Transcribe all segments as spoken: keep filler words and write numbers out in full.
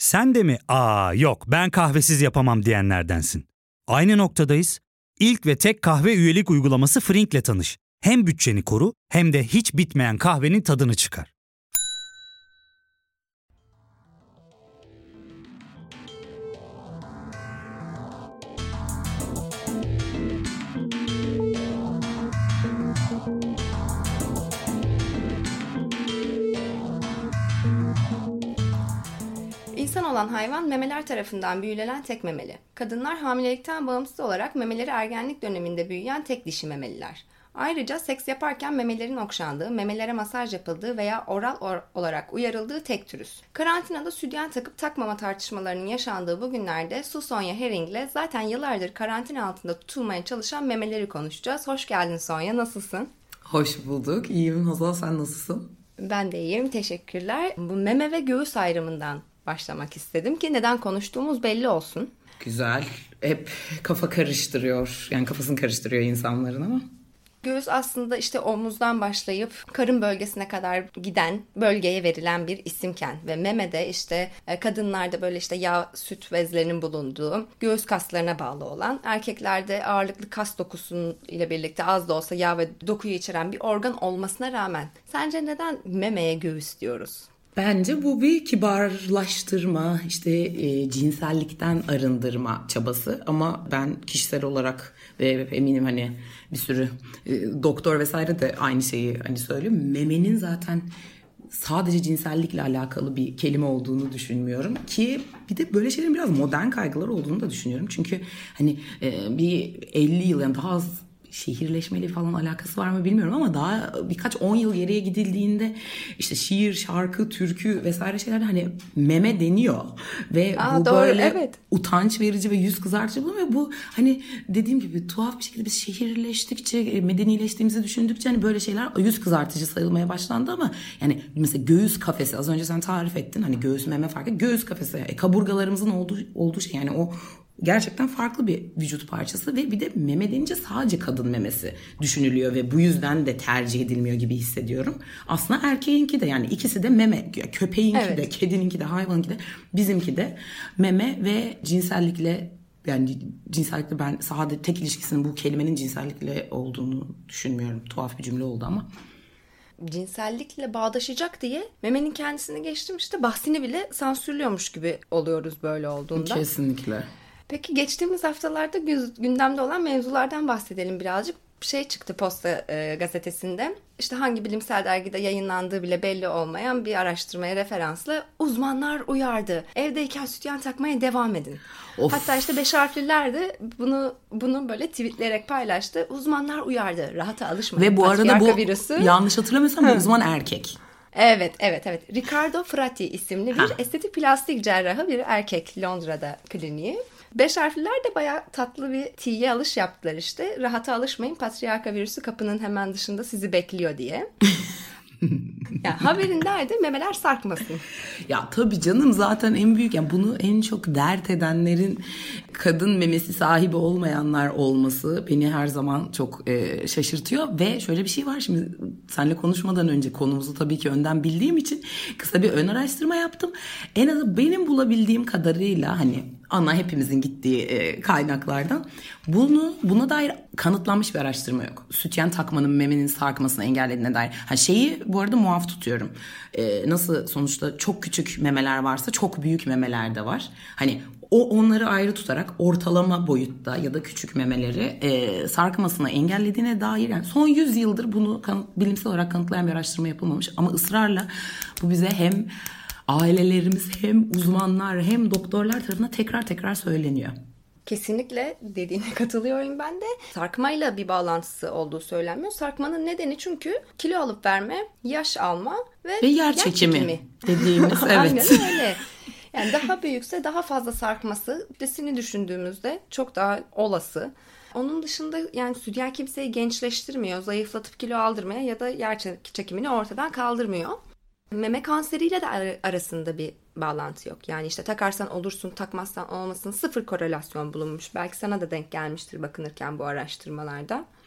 Sen de mi "Aa yok ben kahvesiz yapamam" diyenlerdensin? Aynı noktadayız. İlk ve tek kahve üyelik uygulaması Frink'le tanış. Hem bütçeni koru hem de hiç bitmeyen kahvenin tadını çıkar. İnsan olan hayvan memeler tarafından büyülenen tek memeli. Kadınlar hamilelikten bağımsız olarak memeleri ergenlik döneminde büyüyen tek dişi memeliler. Ayrıca seks yaparken memelerin okşandığı, memelere masaj yapıldığı veya oral or- olarak uyarıldığı tek türüz. Karantinada sütyen takıp takmama tartışmalarının yaşandığı bu günlerde Su Sonya Herring'le zaten yıllardır karantina altında tutulmaya çalışan memeleri konuşacağız. Hoş geldin Sonya, nasılsın? Hoş bulduk. İyiyim Hazal, sen nasılsın? Ben de iyiyim, teşekkürler. Bu meme ve göğüs ayrımından başlamak istedim ki neden konuştuğumuz belli olsun. Güzel. Hep kafa karıştırıyor. Yani kafasını karıştırıyor insanların ama. Göğüs aslında işte omuzdan başlayıp karın bölgesine kadar giden bölgeye verilen bir isimken ve meme de işte kadınlarda böyle işte yağ, süt bezlerinin bulunduğu göğüs kaslarına bağlı olan, erkeklerde ağırlıklı kas dokusunun ile birlikte az da olsa yağ ve dokuyu içeren bir organ olmasına rağmen sence neden memeye göğüs diyoruz? Bence bu bir kibarlaştırma, işte e, cinsellikten arındırma çabası ama ben kişisel olarak ve eminim hani bir sürü e, doktor vesaire de aynı şeyi hani söylüyor. Memenin zaten sadece cinsellikle alakalı bir kelime olduğunu düşünmüyorum ki bir de böyle şeylerin biraz modern kaygılar olduğunu da düşünüyorum. Çünkü hani e, bir elli yıl yani daha az şehirleşmeyle falan alakası var mı bilmiyorum ama daha birkaç on yıl geriye gidildiğinde işte şiir, şarkı, türkü vesaire şeylerde hani meme deniyor ve Aa, bu doğru, böyle evet. utanç verici ve yüz kızartıcı bulunuyor. Bu hani dediğim gibi tuhaf bir şekilde biz şehirleştikçe, medenileştiğimizi düşündükçe hani böyle şeyler yüz kızartıcı sayılmaya başlandı ama yani mesela göğüs kafesi, az önce sen tarif ettin hani göğüs meme farkı, göğüs kafesi e, kaburgalarımızın olduğu olduğu şey yani o gerçekten farklı bir vücut parçası ve bir de meme denince sadece kadın memesi düşünülüyor ve bu yüzden de tercih edilmiyor gibi hissediyorum. Aslında erkeğinki de yani ikisi de meme, köpeğinki evet. de, kedininki de, hayvanınki de, bizimki de meme ve cinsellikle yani cinsellikle ben sadece tek ilişkisinin bu kelimenin cinsellikle olduğunu düşünmüyorum. Tuhaf bir cümle oldu ama. Cinsellikle bağdaşacak diye memenin kendisini geçtim işte bahsini bile sansürlüyormuş gibi oluyoruz böyle olduğunda. Kesinlikle. Peki geçtiğimiz haftalarda gündemde olan mevzulardan bahsedelim birazcık. Bir şey çıktı Posta e, gazetesinde. İşte hangi bilimsel dergide yayınlandığı bile belli olmayan bir araştırmaya referansla uzmanlar uyardı. Evdeyken sütyen takmaya devam edin. Of. Hatta işte beş harfliler de bunu bunu böyle tweetleyerek paylaştı. Uzmanlar uyardı. Rahata alışmayın. Ve bu arada bu virüsü... yanlış hatırlamıyorsam bu uzman erkek. Evet, evet, evet. Ricardo Frati isimli bir ha. estetik plastik cerrahı bir erkek, Londra'da kliniği. Beş harfliler de bayağı tatlı bir tiye alış yaptılar işte. Rahata alışmayın, patriarka virüsü kapının hemen dışında sizi bekliyor diye. Yani haberin derdi memeler sarkmasın. Ya tabii canım, zaten en büyük yani bunu en çok dert edenlerin kadın memesi sahibi olmayanlar olması beni her zaman çok e, şaşırtıyor ve şöyle bir şey var, şimdi seninle konuşmadan önce konumuzu tabii ki önden bildiğim için kısa bir ön araştırma yaptım. En az benim bulabildiğim kadarıyla hani ana hepimizin gittiği e, kaynaklardan bunu buna dair kanıtlanmış bir araştırma yok. Sütyen takmanın memenin sarkmasını engellediğine dair. Ha şeyi bu arada muaf tutuyorum. E, nasıl sonuçta çok küçük memeler varsa çok büyük memeler de var. Hani o onları ayrı tutarak ortalama boyutta ya da küçük memeleri e, sarkmasını engellediğine dair yani son yüz yıldır bunu kanıt, bilimsel olarak kanıtlayan bir araştırma yapılmamış ama ısrarla bu bize hem ailelerimiz hem uzmanlar hem doktorlar tarafından tekrar tekrar söyleniyor. Kesinlikle dediğine katılıyorum ben de. Sarkmayla bir bağlantısı olduğu söylenmiyor. Sarkmanın nedeni çünkü kilo alıp verme, yaş alma ve, ve yer çekimi, çekimi dediğimiz evet. Aynen öyle. Yani daha büyükse daha fazla sarkması desini düşündüğümüzde çok daha olası. Onun dışında yani sütyen kimseyi gençleştirmiyor, zayıflatıp kilo aldırmaya ya da yer çekimini ortadan kaldırmıyor. Meme kanseriyle de arasında bir bağlantı yok. Yani işte takarsan olursun, takmazsan olmasın, sıfır korelasyon bulunmuş. Belki sana da denk gelmiştir bakınırken bu araştırmalarda.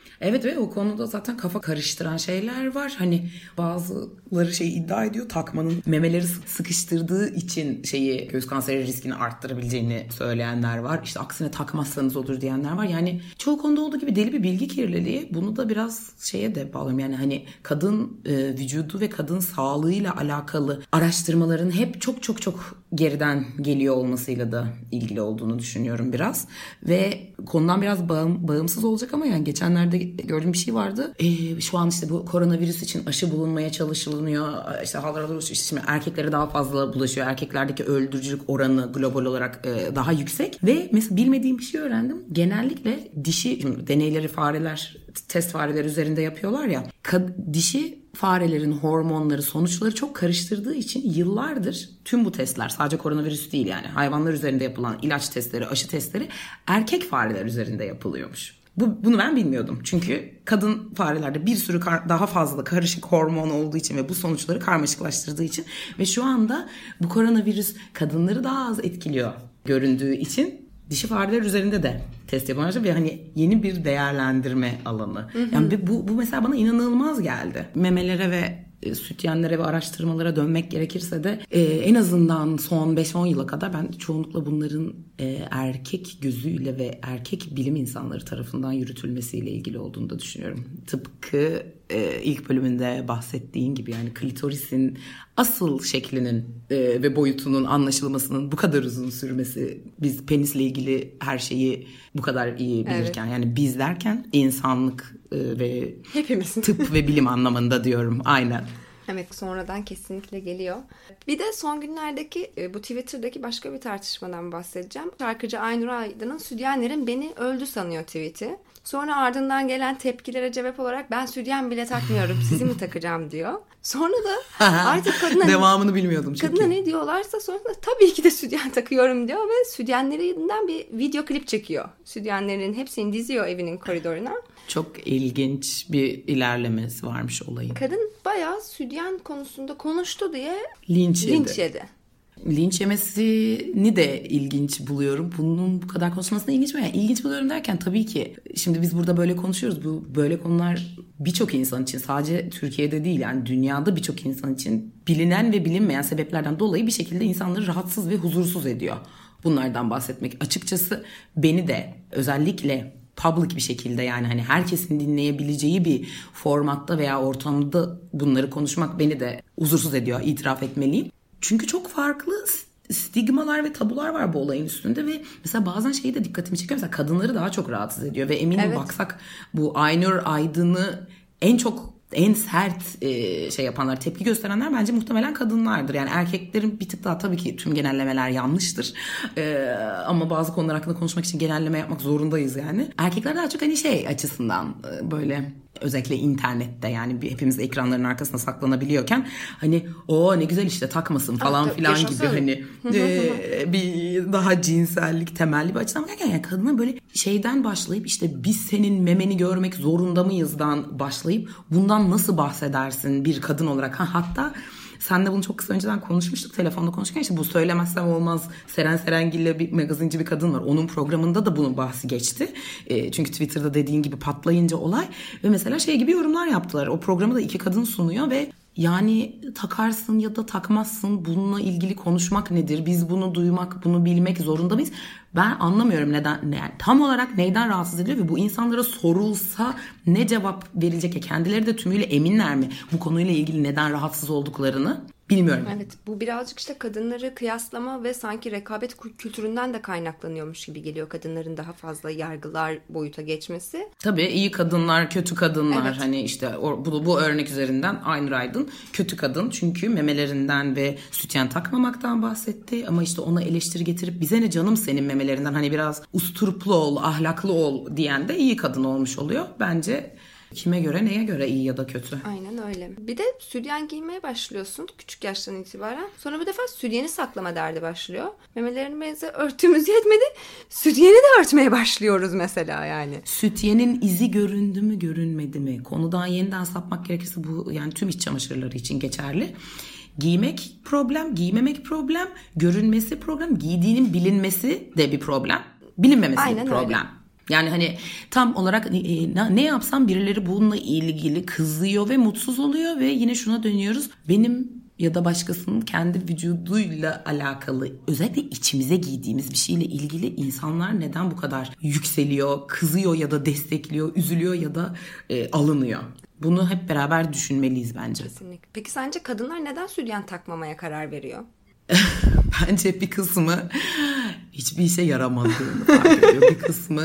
Evet ve o konuda zaten kafa karıştıran şeyler var. Hani bazıları şey iddia ediyor, takmanın memeleri sıkıştırdığı için şeyi, göğüs kanseri riskini arttırabileceğini söyleyenler var. İşte aksine takmazsanız olur diyenler var. Yani çoğu konuda olduğu gibi deli bir bilgi kirliliği. Bunu da biraz şeye de bağlıyorum. Yani hani kadın e, vücudu ve kadın sağlığıyla alakalı araştırmaların hep çok çok çok geriden geliyor olmasıyla da ilgili olduğunu düşünüyorum biraz. Ve konudan biraz bağım, bağımsız olacak ama yani geçenlerde gördüğüm bir şey vardı. Ee, şu an işte bu koronavirüs için aşı bulunmaya çalışılıyor. İşte haldır işte şimdi erkeklere daha fazla bulaşıyor. Erkeklerdeki öldürücülük oranı global olarak e, daha yüksek. Ve mesela bilmediğim bir şey öğrendim. Genellikle dişi, şimdi deneyleri fareler, test fareler üzerinde yapıyorlar ya. Kad, dişi farelerin hormonları, sonuçları çok karıştırdığı için yıllardır tüm bu testler, sadece koronavirüs değil yani hayvanlar üzerinde yapılan ilaç testleri, aşı testleri erkek fareler üzerinde yapılıyormuş. Bu, bunu ben bilmiyordum. Çünkü kadın farelerde bir sürü kar, daha fazla karışık hormon olduğu için ve bu sonuçları karmaşıklaştırdığı için ve şu anda bu koronavirüs kadınları daha az etkiliyor göründüğü için dişi fareler üzerinde de test yapılıyor ve hani yeni bir değerlendirme alanı. Hı hı. Yani bu, bu mesela bana inanılmaz geldi. Memelere ve sütyenlere ve araştırmalara dönmek gerekirse de e, en azından son beş on yıla kadar ben çoğunlukla bunların e, erkek gözüyle ve erkek bilim insanları tarafından yürütülmesiyle ilgili olduğunu da düşünüyorum. Tıpkı e, ilk bölümünde bahsettiğin gibi yani klitorisin asıl şeklinin e, ve boyutunun anlaşılmasının bu kadar uzun sürmesi, biz penisle ilgili her şeyi bu kadar iyi bilirken evet. Yani biz derken insanlık e, ve hepimizin tıp ve bilim anlamında diyorum aynen. Evet, sonradan kesinlikle geliyor. Bir de son günlerdeki bu Twitter'daki başka bir tartışmadan bahsedeceğim. Şarkıcı Aynur Aydın'ın "Sütyenlerin beni öldü sanıyor" tweet'i. Sonra ardından gelen tepkilere cevap olarak "ben sütyen bile takmıyorum, sizi mi takacağım" diyor. Sonra da artık kadına devamını bilmiyordum çünkü. Kadına ne diyorlarsa sonra da tabii ki de sütyen takıyorum diyor ve sütyenlerinden bir video klip çekiyor. Sütyenlerin hepsini diziyor evinin koridoruna. Çok ilginç bir ilerlemesi varmış olayın. Kadın bayağı sütyen konusunda konuştu diye linç yedi. Linç yedi. Linç yemesini de ilginç buluyorum. Bunun bu kadar konuşmasını ilginç mi? Yani ilginç buluyorum derken tabii ki şimdi biz burada böyle konuşuyoruz. Bu böyle konular birçok insan için, sadece Türkiye'de değil yani dünyada birçok insan için bilinen ve bilinmeyen sebeplerden dolayı bir şekilde insanları rahatsız ve huzursuz ediyor. Bunlardan bahsetmek açıkçası beni de özellikle public bir şekilde yani hani herkesin dinleyebileceği bir formatta veya ortamda bunları konuşmak beni de huzursuz ediyor, itiraf etmeliyim. Çünkü çok farklı stigmalar ve tabular var bu olayın üstünde ve mesela bazen şeyi de dikkatimi çekiyor. Mesela kadınları daha çok rahatsız ediyor ve eminim evet. Baksak bu Aynur Aydın'ı en çok en sert e, şey yapanlar, tepki gösterenler bence muhtemelen kadınlardır. Yani erkeklerin bir tık daha tabii ki tüm genellemeler yanlıştır. E, ama bazı konular hakkında konuşmak için genelleme yapmak zorundayız yani. Erkekler daha çok hani şey açısından e, böyle özellikle internette yani bir, hepimiz ekranların arkasına saklanabiliyorken hani o ne güzel işte takmasın falan evet, filan gibi hani e, bir daha cinsellik temelli bir açıdan bakarken yani kadına böyle şeyden başlayıp işte biz senin memeni görmek zorunda mıyızdan başlayıp bundan nasıl bahsedersin bir kadın olarak, ha, hatta senle bunu çok kısa önceden konuşmuştuk telefonda konuşurken, işte bu Söylemezsem Olmaz Seren Serengil'le bir magazinci bir kadın var. Onun programında da bunun bahsi geçti. E, çünkü Twitter'da dediğin gibi patlayınca olay ve mesela şey gibi yorumlar yaptılar. O programı da iki kadın sunuyor ve yani takarsın ya da takmazsın, bununla ilgili konuşmak nedir? Biz bunu duymak, bunu bilmek zorunda mıyız? Ben anlamıyorum neden, yani tam olarak neyden rahatsız ediliyor ve bu insanlara sorulsa ne cevap verilecek ya, kendileri de tümüyle eminler mi bu konuyla ilgili neden rahatsız olduklarını? Bilmiyorum. Evet, bu birazcık işte kadınları kıyaslama ve sanki rekabet kültüründen de kaynaklanıyormuş gibi geliyor kadınların daha fazla yargılar boyuta geçmesi. Tabii iyi kadınlar, kötü kadınlar, evet. Hani işte o, bu, bu örnek üzerinden Aynur Aydın kötü kadın çünkü memelerinden ve sütyen takmamaktan bahsetti ama işte ona eleştiri getirip bize ne canım senin memelerinden, hani biraz usturuplu ol, ahlaklı ol diyen de iyi kadın olmuş oluyor. Bence kime göre, neye göre iyi ya da kötü. Aynen öyle. Bir de sütyen giymeye başlıyorsun küçük yaştan itibaren. Sonra bir defa sütyeni saklama derdi başlıyor. Memelerimizi örtüğümüz yetmedi. Sütyeni de örtmeye başlıyoruz mesela yani. Sütyenin izi göründü mü görünmedi mi? Konudan yeniden sapmak gerekirse bu yani tüm iç çamaşırları için geçerli. Giymek problem, giymemek problem, görünmesi problem, giydiğinin bilinmesi de bir problem, bilinmemesi Aynen bir problem. Öyle. Yani hani tam olarak ne yapsam birileri bununla ilgili kızıyor ve mutsuz oluyor ve yine şuna dönüyoruz. Benim ya da başkasının kendi vücuduyla alakalı, özellikle içimize giydiğimiz bir şeyle ilgili insanlar neden bu kadar yükseliyor, kızıyor ya da destekliyor, üzülüyor ya da e, alınıyor? Bunu hep beraber düşünmeliyiz bence. Kesinlikle. Peki sence kadınlar neden sütyen takmamaya karar veriyor? Bence bir kısmı hiçbir işe yaramadığını fark ediyor. Bir kısmı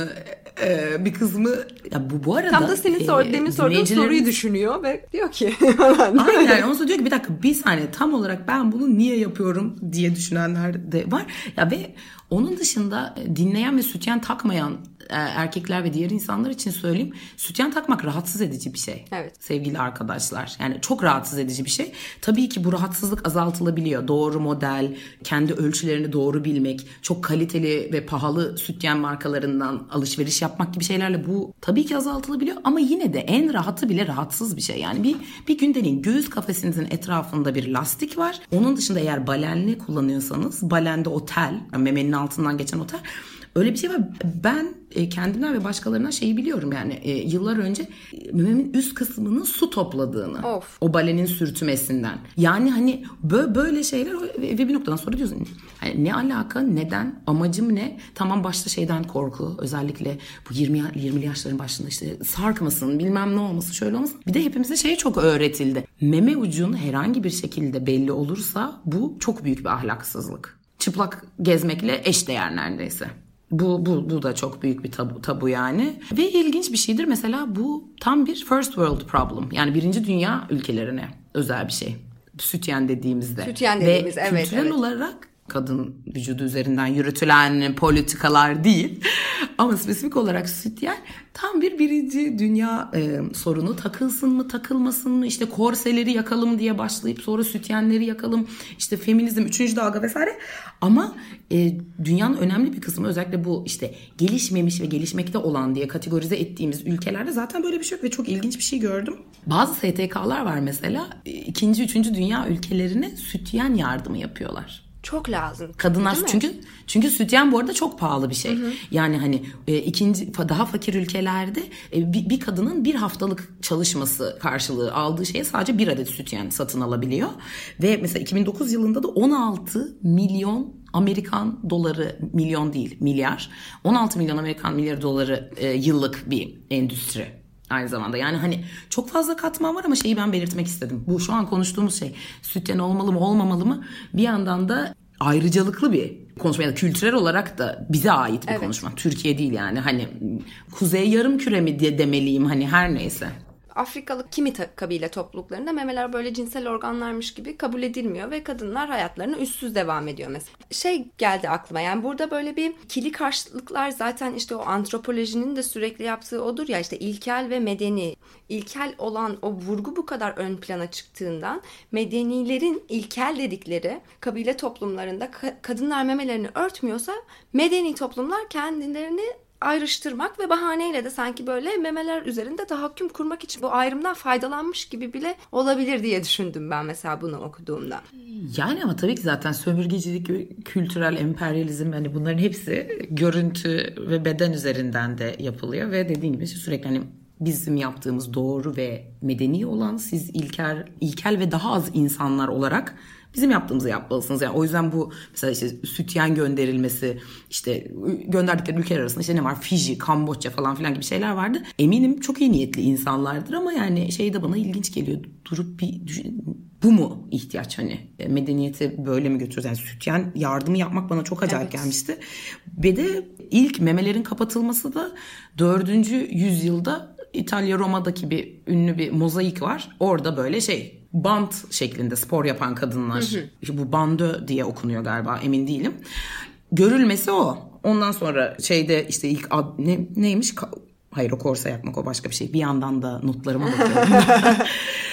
e, bir kısmı ya bu bu arada tam da senin sor, e, demin sorduğun soruyu düşünüyor ve diyor ki aynen, ondan sonra diyor ki bir dakika bir saniye, tam olarak ben bunu niye yapıyorum diye düşünenler de var. Ya ve onun dışında dinleyen ve sütyen takmayan erkekler ve diğer insanlar için söyleyeyim, sütyen takmak rahatsız edici bir şey. Evet. Sevgili arkadaşlar. Yani çok rahatsız edici bir şey. Tabii ki bu rahatsızlık azaltılabiliyor. Doğru model, kendi ölçülerini doğru bilmek, çok kaliteli ve pahalı sütyen markalarından alışveriş yapmak gibi şeylerle bu tabii ki azaltılabiliyor. Ama yine de en rahatı bile rahatsız bir şey. Yani bir, bir gün deneyin, göğüs kafesinizin etrafında bir lastik var. Onun dışında eğer balenli kullanıyorsanız, balende o tel, yani memenin altından geçen o tel, öyle bir şey var. Ben e, kendimden ve başkalarından şeyi biliyorum yani e, yıllar önce mememin üst kısmının su topladığını. Of. O balenin sürtmesinden. Yani hani böyle, böyle şeyler ve, ve bir noktadan sonra diyorsun hani ne alaka, neden, amacım ne? Tamam, başta şeyden korku, özellikle bu yirmi yirmili yaşların başında işte sarkmasın, bilmem ne olmasın, şöyle olmasın. Bir de hepimize şey çok öğretildi. Meme ucun herhangi bir şekilde belli olursa bu çok büyük bir ahlaksızlık. Çıplak gezmekle eşdeğer neredeyse. Bu, bu, bu da çok büyük bir tabu, tabu yani. Ve ilginç bir şeydir. Mesela bu tam bir first world problem. Yani birinci dünya ülkelerine özel bir şey. Sütyen dediğimizde. Sütyen dediğimiz, ve evet. Ve kültürel evet. olarak kadın vücudu üzerinden yürütülen politikalar değil. Ama spesifik olarak sütyen tam bir birinci dünya e, sorunu. Takılsın mı, takılmasın mı, işte korseleri yakalım diye başlayıp sonra sütyenleri yakalım, işte feminizm, üçüncü dalga vesaire. Ama e, dünyanın önemli bir kısmı, özellikle bu işte gelişmemiş ve gelişmekte olan diye kategorize ettiğimiz ülkelerde zaten böyle bir şey yok. Ve çok ilginç bir şey gördüm. Bazı S T K'lar var mesela, ikinci, üçüncü dünya ülkelerine sütyen yardımı yapıyorlar. Çok lazım. Kadınlar çünkü çünkü sütyen bu arada çok pahalı bir şey. Hı hı. Yani hani e, ikinci daha fakir ülkelerde e, bir, bir kadının bir haftalık çalışması karşılığı aldığı şeye sadece bir adet sütyen satın alabiliyor. Ve mesela iki bin dokuz yılında da on altı milyon Amerikan doları, milyon değil milyar, on altı milyon Amerikan milyar doları e, yıllık bir endüstri. Aynı zamanda yani hani çok fazla katman var ama şeyi ben belirtmek istedim. Bu şu an konuştuğumuz şey sütyen olmalı mı olmamalı mı, bir yandan da ayrıcalıklı bir konuşma, yani kültürel olarak da bize ait bir evet. konuşma. Türkiye değil yani, hani Kuzey Yarımküre mi diye demeliyim, hani her neyse. Afrikalı kimi ta- kabile topluluklarında memeler böyle cinsel organlarmış gibi kabul edilmiyor ve kadınlar hayatlarına üstsüz devam ediyor mesela. Şey geldi aklıma, yani burada böyle bir ikili karşılıklar, zaten işte o antropolojinin de sürekli yaptığı odur ya, işte ilkel ve medeni. İlkel olan o vurgu bu kadar ön plana çıktığından medenilerin ilkel dedikleri kabile toplumlarında ka- kadınlar memelerini örtmüyorsa medeni toplumlar kendilerini ayrıştırmak ve bahaneyle de sanki böyle memeler üzerinde tahakküm kurmak için bu ayrımdan faydalanmış gibi bile olabilir diye düşündüm ben mesela bunu okuduğumda. Yani ama tabii ki zaten sömürgecilik, kültürel emperyalizm, hani bunların hepsi görüntü ve beden üzerinden de yapılıyor ve dediğim gibi sürekli hani bizim yaptığımız doğru ve medeni olan, siz ilkel, ilkel ve daha az insanlar olarak bizim yaptığımızı yapmalısınız. Yani o yüzden bu mesela işte sütyen gönderilmesi, işte gönderdikleri ülkeler arasında işte ne var? Fiji, Kamboçya falan filan gibi şeyler vardı. Eminim çok iyi niyetli insanlardır ama yani şey de bana ilginç geliyor. Durup bir düşün, bu mu ihtiyaç, hani medeniyeti böyle mi götürüyoruz? Yani sütyen yardımı yapmak bana çok acayip evet. gelmişti. Ve de ilk memelerin kapatılması da dördüncü yüzyılda İtalya Roma'daki bir ünlü bir mozaik var. Orada böyle şey, bant şeklinde spor yapan kadınlar. Hı hı. İşte bu bandö diye okunuyor galiba, emin değilim. Görülmesi o. Ondan sonra şeyde işte ilk ad, ne, neymiş? Hayır, o korse yapmak o başka bir şey. Bir yandan da notlarıma bakıyorum.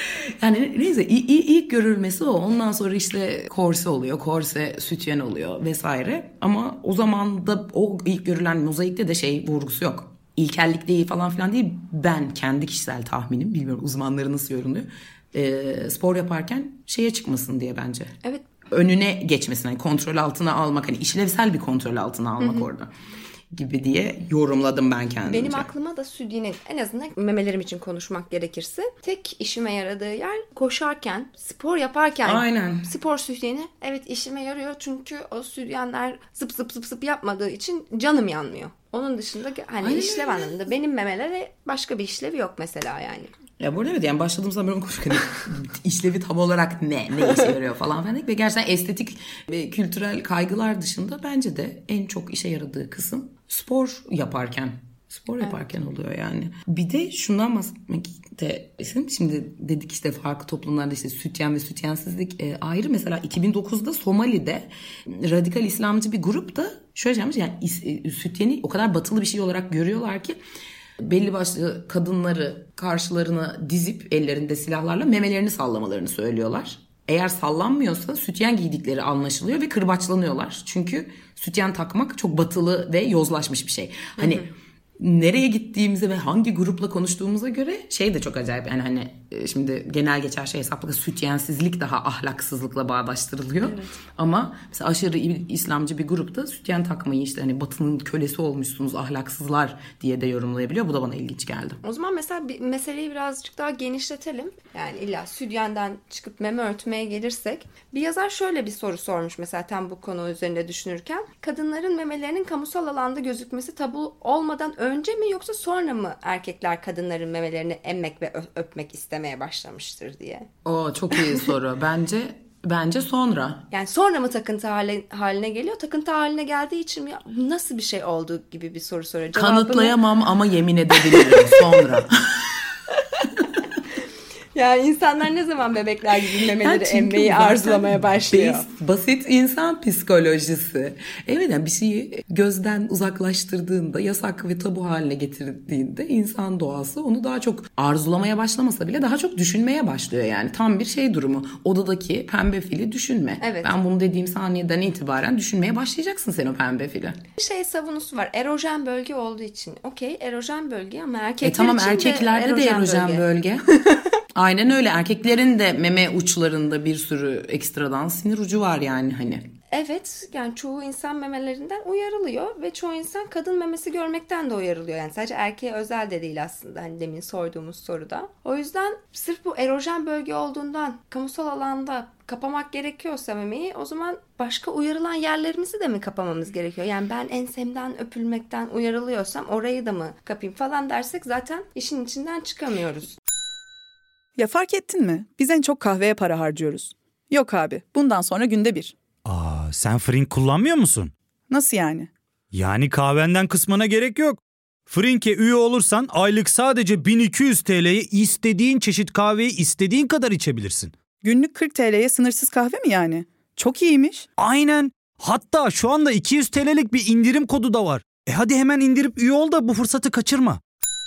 Yani neyse ilk, ilk görülmesi o. Ondan sonra işte korse oluyor. Korse sütyen oluyor vesaire. Ama o zaman da o ilk görülen mozaikte de şey vurgusu yok. İlkellik değil falan filan değil. Ben kendi kişisel tahminim, bilmiyorum uzmanları nasıl yorumluyor. E, spor yaparken şeye çıkmasın diye bence. Evet. Önüne geçmesin, hani kontrol altına almak, hani işlevsel bir kontrol altına almak hı hı. orada. gibi diye yorumladım ben kendimce. Benim aklıma da sütyenin, en azından memelerim için konuşmak gerekirse, tek işime yaradığı yer koşarken, spor yaparken. Aynen. Spor sütyeni evet işime yarıyor çünkü o sütyenler zıp zıp zıp zıp yapmadığı için canım yanmıyor. Onun dışında hani Aynen. işlev anlamında benim memelere başka bir işlevi yok mesela yani. Ya bu arada evet, yani başladığım zaman ben konuşurken işlevi tam olarak ne, ne işe yarıyor falan filan. Ve gerçekten estetik ve kültürel kaygılar dışında bence de en çok işe yaradığı kısım spor yaparken. Spor yaparken evet. oluyor yani. Bir de şundan bahsetmek de istedim. Şimdi dedik işte farklı toplumlarda işte sütyen ve sütyensizlik e, ayrı. Mesela iki bin dokuzda Somali'de radikal İslamcı bir grup da şöyle yapmış. Yani e, sütyeni o kadar batılı bir şey olarak görüyorlar ki belli başlı kadınları karşılarına dizip ellerinde silahlarla memelerini sallamalarını söylüyorlar. Eğer sallanmıyorsa sütyen giydikleri anlaşılıyor ve kırbaçlanıyorlar. Çünkü sütyen takmak çok batılı ve yozlaşmış bir şey. Hani hı hı. nereye gittiğimize ve hangi grupla konuştuğumuza göre şey de çok acayip. Yani hani şimdi genel geçer şey hesapla sütyensizlik daha ahlaksızlıkla bağdaştırılıyor. Evet. Ama mesela aşırı İslamcı bir grupta sütyen takmayı işte hani batının kölesi olmuşsunuz ahlaksızlar diye de yorumlayabiliyor. Bu da bana ilginç geldi. O zaman mesela bir meseleyi birazcık daha genişletelim. Yani illa sütyenden çıkıp meme örtmeye gelirsek. Bir yazar şöyle bir soru sormuş mesela tam bu konu üzerinde düşünürken. Kadınların memelerinin kamusal alanda gözükmesi tabu olmadan önce mi yoksa sonra mı erkekler kadınların memelerini emmek ve öpmek istemeye başlamıştır diye. Oo, çok iyi soru. Bence bence sonra. Yani sonra mı takıntı haline, haline geliyor? Takıntı haline geldiği için mi? Nasıl bir şey olduğu gibi bir soru soruyor. Cevabını... Kanıtlayamam ama yemin edebilirim sonra. Yani insanlar ne zaman bebekler gibi memeleri emmeyi arzulamaya başlıyor? Bas, basit insan psikolojisi. Evet, yani bir şeyi gözden uzaklaştırdığında, yasak ve tabu haline getirdiğinde insan doğası onu daha çok arzulamaya başlamasa bile daha çok düşünmeye başlıyor yani. Tam bir şey durumu. Odadaki pembe fili düşünme. Evet. Ben bunu dediğim saniyeden itibaren düşünmeye başlayacaksın sen o pembe fili. Bir şey savunusu var. Erojen bölge olduğu için. Okey, erojen bölge ama erkekler e, tamam, için erkeklerde de erojen, de erojen bölge. bölge. Aynen öyle. Erkeklerin de meme uçlarında bir sürü ekstradan sinir ucu var yani hani. Evet, yani çoğu insan memelerinden uyarılıyor ve çoğu insan kadın memesi görmekten de uyarılıyor. Yani sadece erkeğe özel de değil aslında hani demin sorduğumuz soruda. O yüzden sırf bu erojen bölge olduğundan kamusal alanda kapamak gerekiyorsa memeyi, o zaman başka uyarılan yerlerimizi de mi kapamamız gerekiyor? Yani ben ensemden öpülmekten uyarılıyorsam orayı da mı kapayım falan dersek zaten işin içinden çıkamıyoruz. Ya fark ettin mi? Biz en çok kahveye para harcıyoruz. Yok abi, bundan sonra günde bir. Aa, sen Frink kullanmıyor musun? Nasıl yani? Yani kahvenden kısmına gerek yok. Frink'e üye olursan aylık sadece bin iki yüz T L'ye istediğin çeşit kahveyi istediğin kadar içebilirsin. Günlük kırk T L'ye sınırsız kahve mi yani? Çok iyiymiş. Aynen. Hatta şu anda iki yüz T L'lik bir indirim kodu da var. E hadi hemen indirip üye ol da bu fırsatı kaçırma.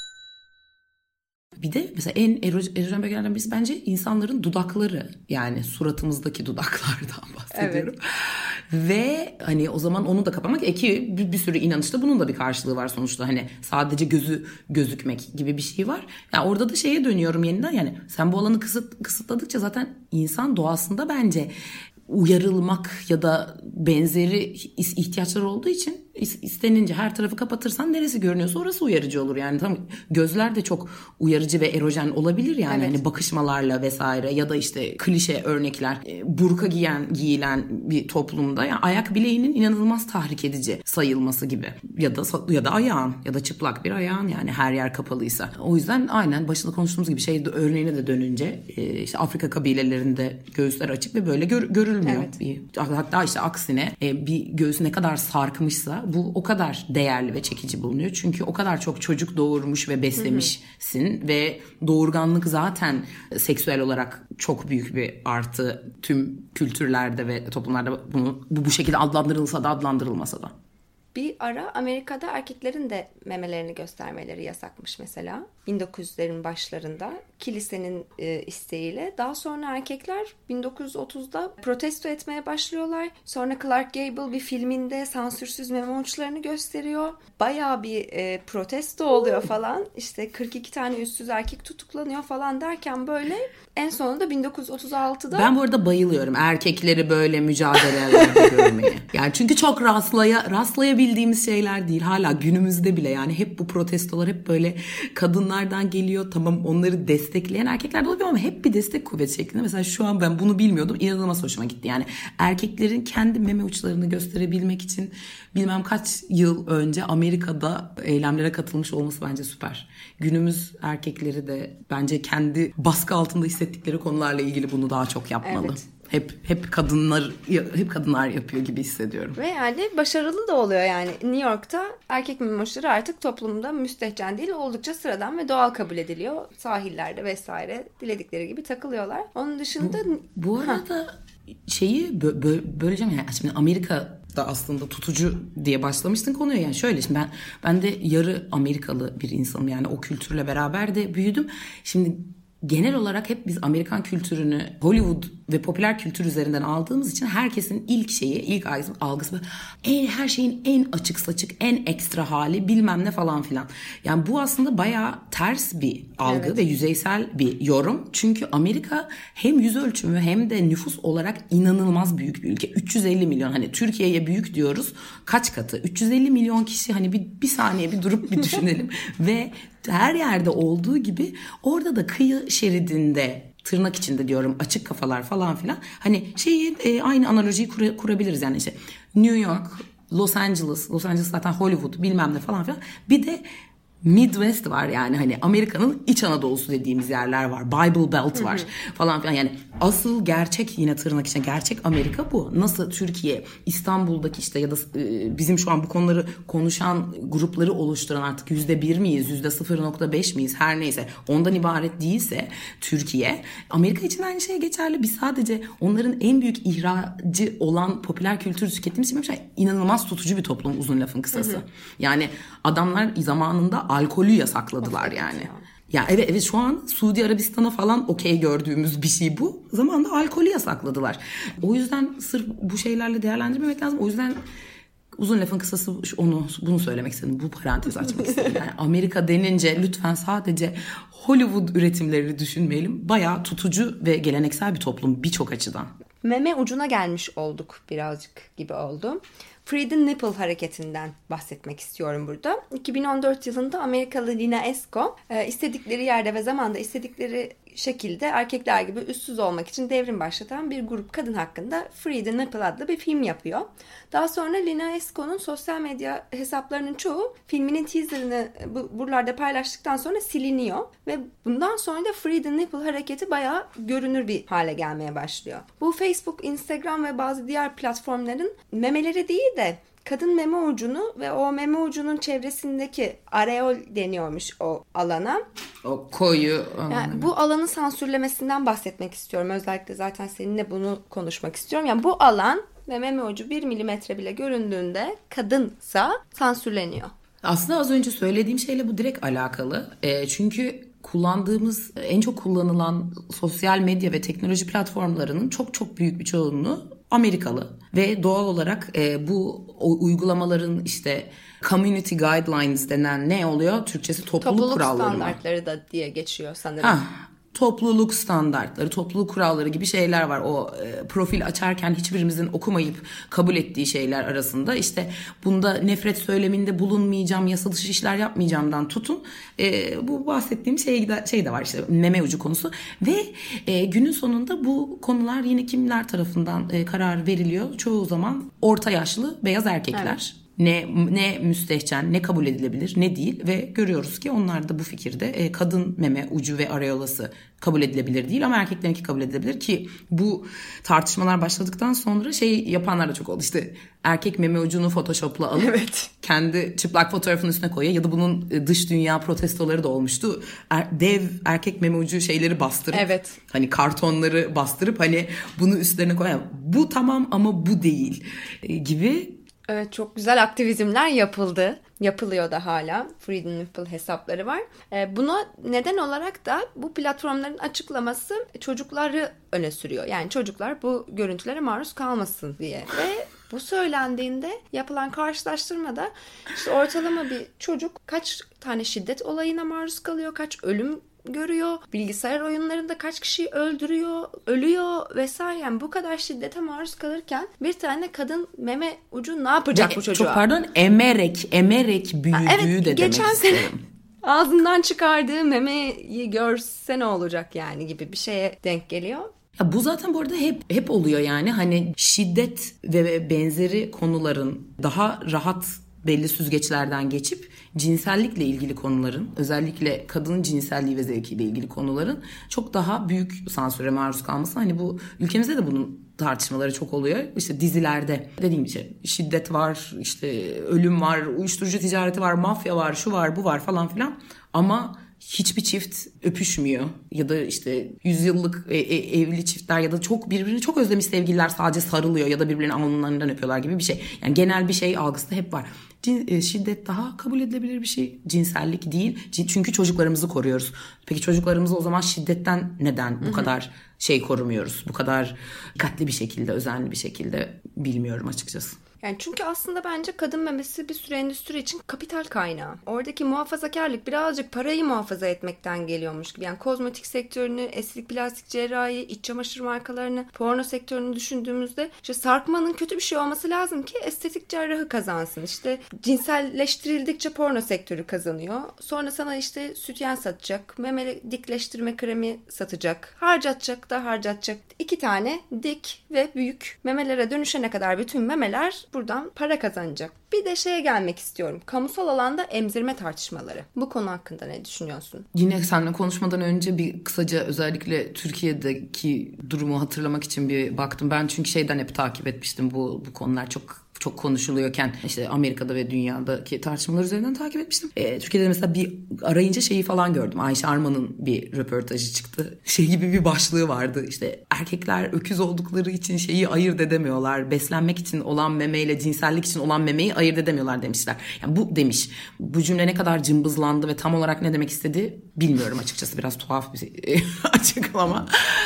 Bir de mesela en erojen bölgelerden birisi bence insanların dudakları. Yani suratımızdaki dudaklardan bahsediyorum. Evet. Ve hani o zaman onu da kapamak. E ki bir, bir sürü inanışta bunun da bir karşılığı var sonuçta. Hani sadece gözü gözükmek gibi bir şey var. Yani orada da şeye dönüyorum yeniden. Yani sen bu alanı kısıt, kısıtladıkça zaten insan doğasında bence uyarılmak ya da benzeri ihtiyaçları olduğu için istenince her tarafı kapatırsan neresi görünüyorsa orası uyarıcı olur. Yani tam gözler de çok uyarıcı ve erojen olabilir yani. Evet. Hani bakışmalarla vesaire ya da işte klişe örnekler, burka giyen giyilen bir toplumda yani ayak bileğinin inanılmaz tahrik edici sayılması gibi ya da ya da ayağın ya da çıplak bir ayağın yani her yer kapalıysa. O yüzden aynen başında konuştuğumuz gibi şey örneğine de dönünce işte Afrika kabilelerinde göğüsler açık ve böyle gör, görülmüyor. Evet. Bir, hatta işte aksine bir göğsü ne kadar sarkmışsa bu o kadar değerli ve çekici bulunuyor. Çünkü o kadar çok çocuk doğurmuş ve beslemişsin. Hı hı. Ve doğurganlık zaten seksüel olarak çok büyük bir artı tüm kültürlerde ve toplumlarda bunu bu, bu şekilde adlandırılsa da adlandırılmasa da. Bir ara Amerika'da erkeklerin de memelerini göstermeleri yasakmış mesela. bin dokuz yüzlerin başlarında kilisenin e, isteğiyle. Daha sonra erkekler bin dokuz yüz otuzda protesto etmeye başlıyorlar. Sonra Clark Gable bir filminde sansürsüz meme uçlarını gösteriyor. Bayağı bir e, protesto oluyor falan. İşte kırk iki tane üstsüz erkek tutuklanıyor falan derken böyle en sonunda bin dokuz yüz otuz altıda... Ben bu arada bayılıyorum erkekleri böyle mücadelelerde görmeye. Yani çünkü çok rastlaya, rastlayabildiğimiz şeyler değil. Hala günümüzde bile yani hep bu protestolar hep böyle kadınlardan geliyor. Tamam onları destekleyen erkekler de oluyor ama hep bir destek kuvveti şeklinde. Mesela şu an ben bunu bilmiyordum. İnanılmaz hoşuma gitti. Yani erkeklerin kendi meme uçlarını gösterebilmek için bilmem kaç yıl önce Amerika'da eylemlere katılmış olması bence süper. Günümüz erkekleri de bence kendi baskı altında hissettikleri konularla ilgili bunu daha çok yapmalı. Evet. Hep hep kadınlar hep kadınlar yapıyor gibi hissediyorum. Ve yani başarılı da oluyor yani. New York'ta erkek meme uçları artık toplumda müstehcen değil, oldukça sıradan ve doğal kabul ediliyor. Sahillerde vesaire diledikleri gibi takılıyorlar. Onun dışında... Bu, bu arada ha. şeyi bö- bö- böleceğim yani. Şimdi Amerika da aslında tutucu diye başlamıştın konuya. Yani şöyle şimdi ben ben de yarı Amerikalı bir insanım. Yani o kültürle beraber de büyüdüm. Şimdi genel olarak hep biz Amerikan kültürünü Hollywood ve popüler kültür üzerinden aldığımız için herkesin ilk şeyi, ilk algısı en, her şeyin en açık saçık, en ekstra hali bilmem ne falan filan. Yani bu aslında bayağı ters bir algı evet. ve yüzeysel bir yorum. Çünkü Amerika hem yüz ölçümü hem de nüfus olarak inanılmaz büyük bir ülke. üç yüz elli milyon, hani Türkiye'ye büyük diyoruz. Kaç katı? üç yüz elli milyon kişi, hani bir, bir saniye bir durup bir düşünelim. Ve her yerde olduğu gibi orada da kıyı şeridinde, tırnak içinde diyorum, açık kafalar falan filan. Hani şeyi e, aynı analojiyi kur, kurabiliriz yani işte New York, Los Angeles, Los Angeles zaten Hollywood bilmem ne falan filan. Bir de Midwest var yani hani Amerika'nın iç Anadolu'su dediğimiz yerler var. Bible Belt var falan filan. Yani asıl gerçek, yine tırnak içinde gerçek Amerika bu. Nasıl Türkiye, İstanbul'daki işte ya da e, bizim şu an bu konuları konuşan grupları oluşturan artık yüzde bir miyiz, yüzde sıfır nokta beş miyiz, her neyse ondan ibaret değilse Türkiye, Amerika için aynı şey geçerli. Biz sadece onların en büyük ihracı olan popüler kültür tükettiğimiz için inanılmaz tutucu bir toplum, uzun lafın kısası. Hı hı. Yani adamlar zamanında alkolü yasakladılar of, yani. Ya. ya evet evet şu an Suudi Arabistan'a falan okey gördüğümüz bir şey bu. Zamanında alkolü yasakladılar. O yüzden sırf bu şeylerle değerlendirmemek lazım. O yüzden uzun lafın kısası onu bunu söylemek istedim. Bu parantezi açmak istedim. Yani Amerika denince lütfen sadece Hollywood üretimlerini düşünmeyelim. Bayağı tutucu ve geleneksel bir toplum birçok açıdan. Meme ucuna gelmiş olduk birazcık gibi oldu. Free the Nipple hareketinden bahsetmek istiyorum burada. iki bin on dört yılında Amerikalı Lina Esko istedikleri yerde ve zamanda istedikleri şekilde erkekler gibi üstsüz olmak için devrim başlatan bir grup kadın hakkında Free the Nipple adlı bir film yapıyor. Daha sonra Lina Esko'nun sosyal medya hesaplarının çoğu filminin teaserını buralarda paylaştıktan sonra siliniyor ve bundan sonra da Free the Nipple hareketi bayağı görünür bir hale gelmeye başlıyor. Bu Facebook, Instagram ve bazı diğer platformların memeleri değil de kadın meme ucunu ve o meme ucunun çevresindeki areol deniyormuş o alana. O koyu. Yani bu alanın sansürlemesinden bahsetmek istiyorum. Özellikle zaten seninle bunu konuşmak istiyorum. Yani bu alan ve meme ucu bir milimetre bile göründüğünde kadınsa sansürleniyor. Aslında az önce söylediğim şeyle bu direkt alakalı. E, çünkü kullandığımız, en çok kullanılan sosyal medya ve teknoloji platformlarının çok çok büyük bir çoğunluğu Amerikalı ve doğal olarak e, bu uygulamaların işte community guidelines denen ne oluyor? Türkçesi topluluk, topluluk kuralları mı? Topluluk standartları da diye geçiyor sanırım. Ha, topluluk standartları, topluluk kuralları gibi şeyler var. O e, profil açarken hiçbirimizin okumayıp kabul ettiği şeyler arasında işte bunda nefret söyleminde bulunmayacağım, yasa dışı işler yapmayacağımdan tutun. E, bu bahsettiğim şey de, şey de var işte meme ucu konusu ve e, günün sonunda bu konular yine kimler tarafından e, karar veriliyor? Çoğu zaman orta yaşlı beyaz erkekler. Evet. Ne ne müstehcen, ne kabul edilebilir, ne değil ve görüyoruz ki onlar da bu fikirde e, kadın meme ucu ve areolası kabul edilebilir değil ama erkeklerinki kabul edilebilir ki bu tartışmalar başladıktan sonra şey yapanlar da çok oldu. İşte erkek meme ucunu Photoshop'la alıp evet. kendi çıplak fotoğrafının üstüne koyuyor ya da bunun dış dünya protestoları da olmuştu. Er, dev erkek meme ucu şeyleri bastırıp evet. hani kartonları bastırıp hani bunu üstlerine koyan bu tamam ama bu değil e, gibi. Evet, çok güzel aktivizmler yapıldı. Yapılıyor da hala. Freedom Nipple hesapları var. E, buna neden olarak da bu platformların açıklaması çocukları öne sürüyor. Yani çocuklar bu görüntülere maruz kalmasın diye. Ve bu söylendiğinde yapılan karşılaştırmada işte ortalama bir çocuk kaç tane şiddet olayına maruz kalıyor, kaç ölüm görüyor, bilgisayar oyunlarında kaç kişiyi öldürüyor, ölüyor vesaire. Yani bu kadar şiddete maruz kalırken bir tane kadın meme ucu ne yapacak Ve bu çocuğa? Çok pardon, emerek, emerek büyüdüğü Ha, evet, de geçen demek sene isterim. ağzından çıkardığı memeyi görse ne olacak yani gibi bir şeye denk geliyor. Ya bu zaten bu arada hep hep oluyor yani. Hani şiddet ve benzeri konuların daha rahat belli süzgeçlerden geçip cinsellikle ilgili konuların, özellikle kadının cinselliği ve zevkiyle ilgili konuların çok daha büyük sansüre maruz kalması. Hani bu ülkemizde de bunun tartışmaları çok oluyor. İşte dizilerde dediğim gibi şiddet var, işte ölüm var, uyuşturucu ticareti var, mafya var, şu var, bu var falan filan. Ama hiçbir çift öpüşmüyor ya da işte yüzyıllık e- e- evli çiftler ya da çok birbirini çok özlemiş sevgililer sadece sarılıyor ya da birbirlerinin alnlarından öpüyorlar gibi bir şey. Yani genel bir şey algısı da hep var. Şiddet daha kabul edilebilir bir şey. Cinsellik değil. Çünkü çocuklarımızı koruyoruz. Peki çocuklarımızı o zaman şiddetten neden bu Hı-hı. kadar şey korumuyoruz? Bu kadar dikkatli bir şekilde, özenli bir şekilde bilmiyorum açıkçası. Yani çünkü aslında bence kadın memesi bir sürü endüstri için kapital kaynağı. Oradaki muhafazakarlık birazcık parayı muhafaza etmekten geliyormuş gibi. Yani kozmetik sektörünü, estetik plastik cerrahi, iç çamaşır markalarını, porno sektörünü düşündüğümüzde işte sarkmanın kötü bir şey olması lazım ki estetik cerrahı kazansın. İşte cinselleştirildikçe porno sektörü kazanıyor. Sonra sana işte sütyen satacak, memeli dikleştirme kremi satacak, harcatacak da harcatacak. İki tane dik ve büyük memelere dönüşene kadar bütün memeler buradan para kazanacak. Bir de şeye gelmek istiyorum. Kamusal alanda emzirme tartışmaları. Bu konu hakkında ne düşünüyorsun? Yine seninle konuşmadan önce bir kısaca özellikle Türkiye'deki durumu hatırlamak için bir baktım. Ben çünkü şeyden hep takip etmiştim bu bu konular çok çok konuşuluyorken işte Amerika'da ve dünyadaki tartışmalar üzerinden takip etmiştim. E, Türkiye'de mesela bir arayınca şeyi falan gördüm. Ayşe Arman'ın bir röportajı çıktı. Şey gibi bir başlığı vardı. İşte erkekler öküz oldukları için şeyi ayırt edemiyorlar. Beslenmek için olan memeyle cinsellik için olan memeyi ayırt edemiyorlar demişler. Yani bu demiş. Bu cümle ne kadar cımbızlandı ve tam olarak ne demek istedi bilmiyorum açıkçası. Biraz tuhaf bir açıklama.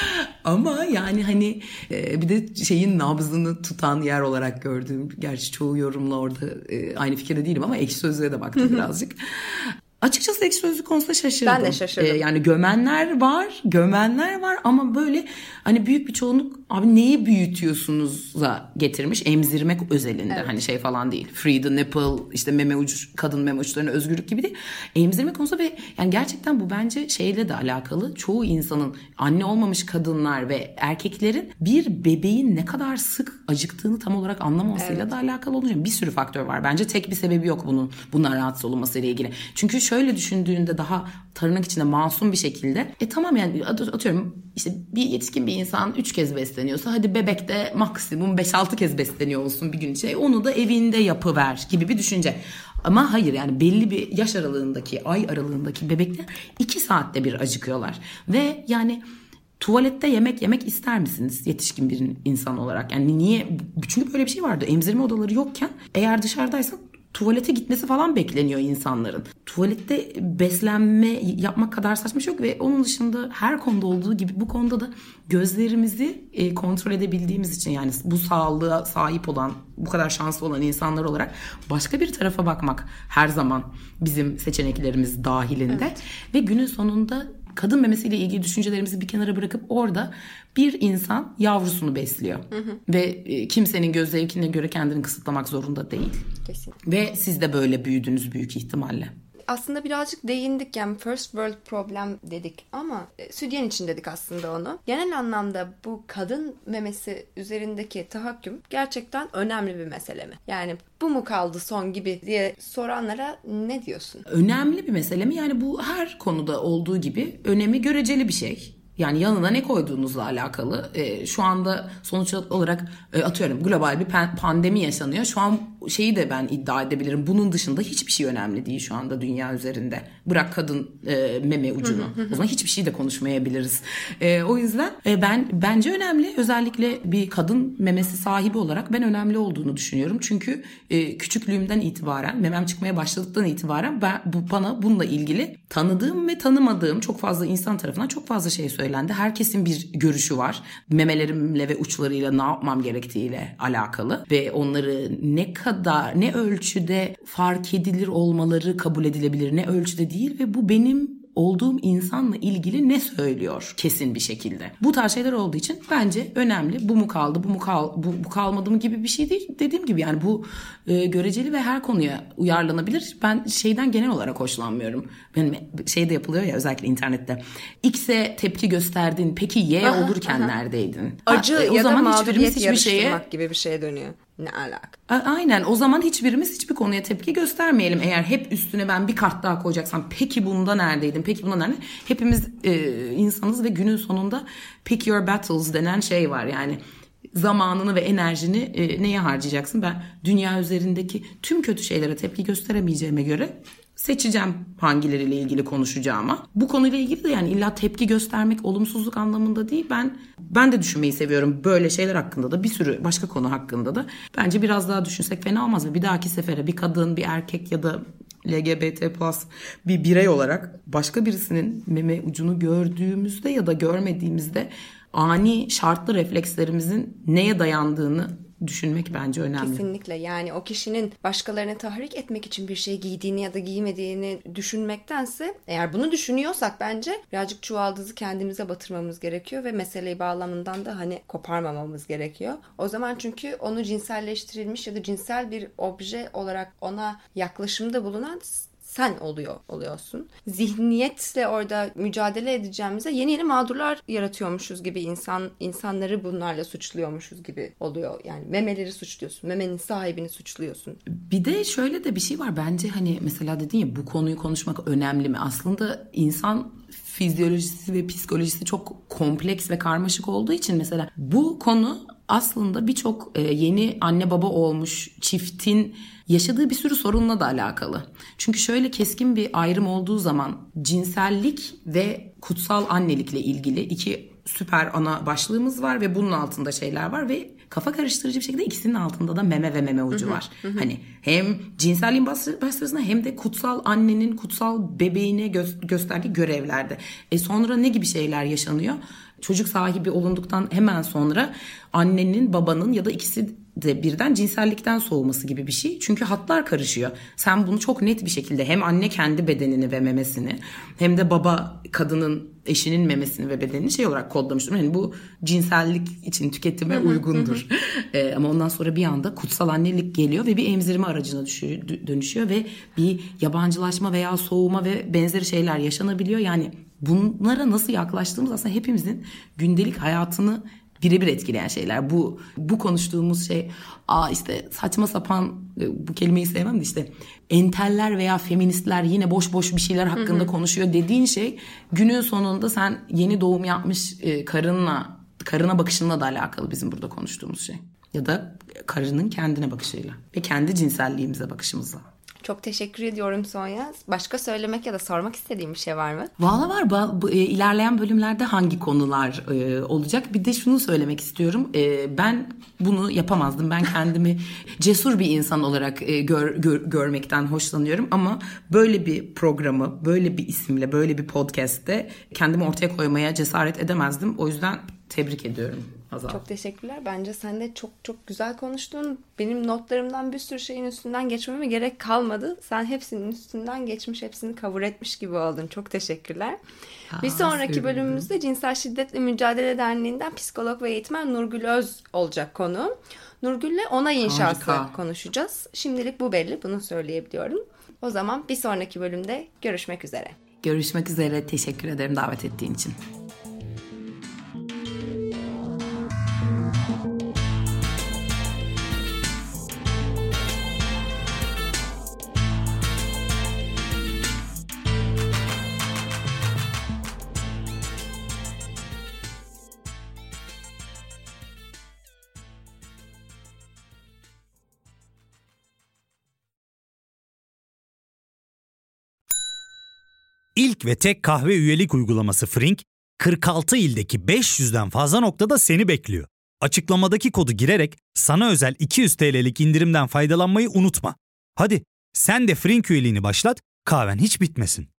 Ama yani hani e, bir de şeyin nabzını tutan yer olarak gördüğüm, gerçi çoğu yorumla orada e, aynı fikirde değilim ama Ekşi Sözlüğe de baktım birazcık. Açıkçası Ekşi Sözlük konusunda şaşırdım. Ben de şaşırdım. Ee, yani gömenler var, gömenler var ama böyle hani büyük bir çoğunluk abi neyi büyütüyorsunuz'a getirmiş emzirmek özelinde. Evet. Hani şey falan değil. Free the nipple, işte meme ucu, kadın meme uçlarına özgürlük gibi değil. Emzirme konusu ve yani gerçekten bu bence şeyle de alakalı. Çoğu insanın anne olmamış kadınlar ve erkeklerin bir bebeğin ne kadar sık acıktığını tam olarak anlamamasıyla evet. da alakalı olacak. Bir sürü faktör var. Bence tek bir sebebi yok bunun bundan rahatsız olunmasıyla ilgili. Çünkü şöyle düşündüğünde daha tırnak içinde masum bir şekilde e tamam yani atıyorum işte bir yetişkin bir insan üç kez besleniyorsa hadi bebek de maksimum beş altı kez besleniyor olsun bir gün içinde. Onu da evinde yapıver gibi bir düşünce. Ama hayır yani belli bir yaş aralığındaki ay aralığındaki bebekler iki saatte bir acıkıyorlar. Ve yani tuvalette yemek yemek ister misiniz yetişkin bir insan olarak? Yani niye? Çünkü böyle bir şey vardı. Emzirme odaları yokken eğer dışarıdaysan tuvalete gitmesi falan bekleniyor insanların. Tuvalette beslenme yapmak kadar saçma şey yok ve onun dışında her konuda olduğu gibi bu konuda da gözlerimizi kontrol edebildiğimiz için yani bu sağlığa sahip olan, bu kadar şanslı olan insanlar olarak başka bir tarafa bakmak her zaman bizim seçeneklerimiz dahilinde. Evet. Ve günün sonunda kadın memesiyle ilgili düşüncelerimizi bir kenara bırakıp orada bir insan yavrusunu besliyor. Hı hı. Ve kimsenin göz zevkine göre kendini kısıtlamak zorunda değil. Kesinlikle. Ve siz de böyle büyüdünüz büyük ihtimalle. Aslında birazcık değindik yani first world problem dedik ama sütyen için dedik aslında onu. Genel anlamda bu kadın memesi üzerindeki tahakküm gerçekten önemli bir mesele mi? Yani bu mu kaldı son gibi diye soranlara ne diyorsun? Önemli bir mesele mi? Yani bu her konuda olduğu gibi önemi göreceli bir şey. Yani yanına ne koyduğunuzla alakalı. E, şu anda sonuç olarak e, atıyorum global bir pandemi yaşanıyor. Şu an şeyi de ben iddia edebilirim. Bunun dışında hiçbir şey önemli değil şu anda dünya üzerinde. Bırak kadın e, meme ucunu. O zaman hiçbir şey de konuşmayabiliriz. E, o yüzden e, ben bence önemli. Özellikle bir kadın memesi sahibi olarak ben önemli olduğunu düşünüyorum. Çünkü e, küçüklüğümden itibaren, memem çıkmaya başladıktan itibaren ben, bu bana bununla ilgili tanıdığım ve tanımadığım çok fazla insan tarafından çok fazla şey söylendi. Herkesin bir görüşü var. Memelerimle ve uçlarıyla ne yapmam gerektiğiyle alakalı ve onları ne kadar, ne ölçüde fark edilir olmaları kabul edilebilir, ne ölçüde değil ve bu benim olduğum insanla ilgili ne söylüyor kesin bir şekilde. Bu tarz şeyler olduğu için bence önemli. Bu mu kaldı, bu mu kal, bu, bu kalmadı mı gibi bir şey değil. Dediğim gibi yani bu e, göreceli ve her konuya uyarlanabilir. Ben şeyden genel olarak hoşlanmıyorum. Benim şeyde yapılıyor ya özellikle internette. X'e tepki gösterdin. Peki Y olurken neredeydin? Acı ha, e, o ya zaman da hiçbirimiz mağduriyet hiçbir şeye yarıştırmak gibi bir şeye dönüyor. Ne alaka? A- Aynen o zaman hiçbirimiz hiçbir konuya tepki göstermeyelim. Eğer hep üstüne ben bir kart daha koyacaksam peki bunda neredeydin? Peki bunda nerede? Hepimiz e, insanız ve günün sonunda pick your battles denen şey var. Yani zamanını ve enerjini e, neye harcayacaksın? Ben dünya üzerindeki tüm kötü şeylere tepki gösteremeyeceğime göre seçeceğim hangileriyle ilgili konuşacağıma. Bu konuyla ilgili de yani illa tepki göstermek olumsuzluk anlamında değil. Ben ben de düşünmeyi seviyorum. Böyle şeyler hakkında da bir sürü başka konu hakkında da. Bence biraz daha düşünsek fena olmaz mı? Bir dahaki sefere bir kadın, bir erkek ya da L G B T plus bir birey olarak başka birisinin meme ucunu gördüğümüzde ya da görmediğimizde ani şartlı reflekslerimizin neye dayandığını düşünmek bence önemli. Kesinlikle yani o kişinin başkalarını tahrik etmek için bir şey giydiğini ya da giymediğini düşünmektense eğer bunu düşünüyorsak bence birazcık çuvaldızı kendimize batırmamız gerekiyor ve meseleyi bağlamından da hani koparmamamız gerekiyor. O zaman çünkü onu cinselleştirilmiş ya da cinsel bir obje olarak ona yaklaşımda bulunan sen oluyor oluyorsun. Zihniyetle orada mücadele edeceğimize yeni yeni mağdurlar yaratıyormuşuz gibi insan insanları bunlarla suçluyormuşuz gibi oluyor. Yani memeleri suçluyorsun. Memenin sahibini suçluyorsun. Bir de şöyle de bir şey var. Bence hani mesela dedin ya bu konuyu konuşmak önemli mi? Aslında insan fizyolojisi ve psikolojisi çok kompleks ve karmaşık olduğu için mesela bu konu aslında birçok yeni anne baba olmuş çiftin yaşadığı bir sürü sorunla da alakalı. Çünkü şöyle keskin bir ayrım olduğu zaman cinsellik ve kutsal annelikle ilgili iki süper ana başlığımız var ve bunun altında şeyler var ve kafa karıştırıcı bir şekilde ikisinin altında da meme ve meme ucu var. Hani hem cinselliğin başsırasında hem de kutsal annenin kutsal bebeğine gö- gösterdiği görevlerde. E sonra ne gibi şeyler yaşanıyor? Çocuk sahibi olunduktan hemen sonra annenin, babanın ya da ikisi de birden cinsellikten soğuması gibi bir şey. Çünkü hatlar karışıyor. Sen bunu çok net bir şekilde hem anne kendi bedenini ve memesini hem de baba kadının eşinin memesini ve bedenini şey olarak kodlamıştır. Yani bu cinsellik için tüketime uygundur. ee, ama ondan sonra bir anda kutsal annelik geliyor ve bir emzirme aracına düşüyor, dönüşüyor ve bir yabancılaşma veya soğuma ve benzeri şeyler yaşanabiliyor. Yani bunlara nasıl yaklaştığımız aslında hepimizin gündelik hayatını birebir etkileyen şeyler. Bu bu konuştuğumuz şey aa işte saçma sapan bu kelimeyi sevmem de işte enteller veya feministler yine boş boş bir şeyler hakkında hı hı. konuşuyor dediğin şey günün sonunda sen yeni doğum yapmış karınla karına bakışınla da alakalı bizim burada konuştuğumuz şey. Ya da karının kendine bakışıyla ve kendi cinselliğimize bakışımızla. Çok teşekkür ediyorum Sonya. Başka söylemek ya da sormak istediğim bir şey var mı? Valla var. Bu, bu, e, ilerleyen bölümlerde hangi konular e, olacak? Bir de şunu söylemek istiyorum. E, ben bunu yapamazdım. Ben kendimi cesur bir insan olarak e, gör, gör, görmekten hoşlanıyorum. Ama böyle bir programı, böyle bir isimle, böyle bir podcast'te kendimi ortaya koymaya cesaret edemezdim. O yüzden tebrik ediyorum. Azal. Çok teşekkürler. Bence sen de çok çok güzel konuştun. Benim notlarımdan bir sürü şeyin üstünden geçmeme gerek kalmadı. Sen hepsinin üstünden geçmiş, hepsini kabul etmiş gibi oldun. Çok teşekkürler. Aa, bir sonraki sevdim. Bölümümüzde Cinsel Şiddetle Mücadele Derneği'nden psikolog ve eğitmen Nurgül Öz olacak konu. Nurgül'le onay inşası Harika. konuşacağız. Şimdilik bu belli. Bunu söyleyebiliyorum. O zaman bir sonraki bölümde görüşmek üzere. Görüşmek üzere. Teşekkür ederim davet ettiğin için. İlk ve tek kahve üyelik uygulaması Frink, kırk altı ildeki beş yüzden fazla noktada seni bekliyor. Açıklamadaki kodu girerek sana özel iki yüz T L'lik indirimden faydalanmayı unutma. Hadi sen de Frink üyeliğini başlat, kahven hiç bitmesin.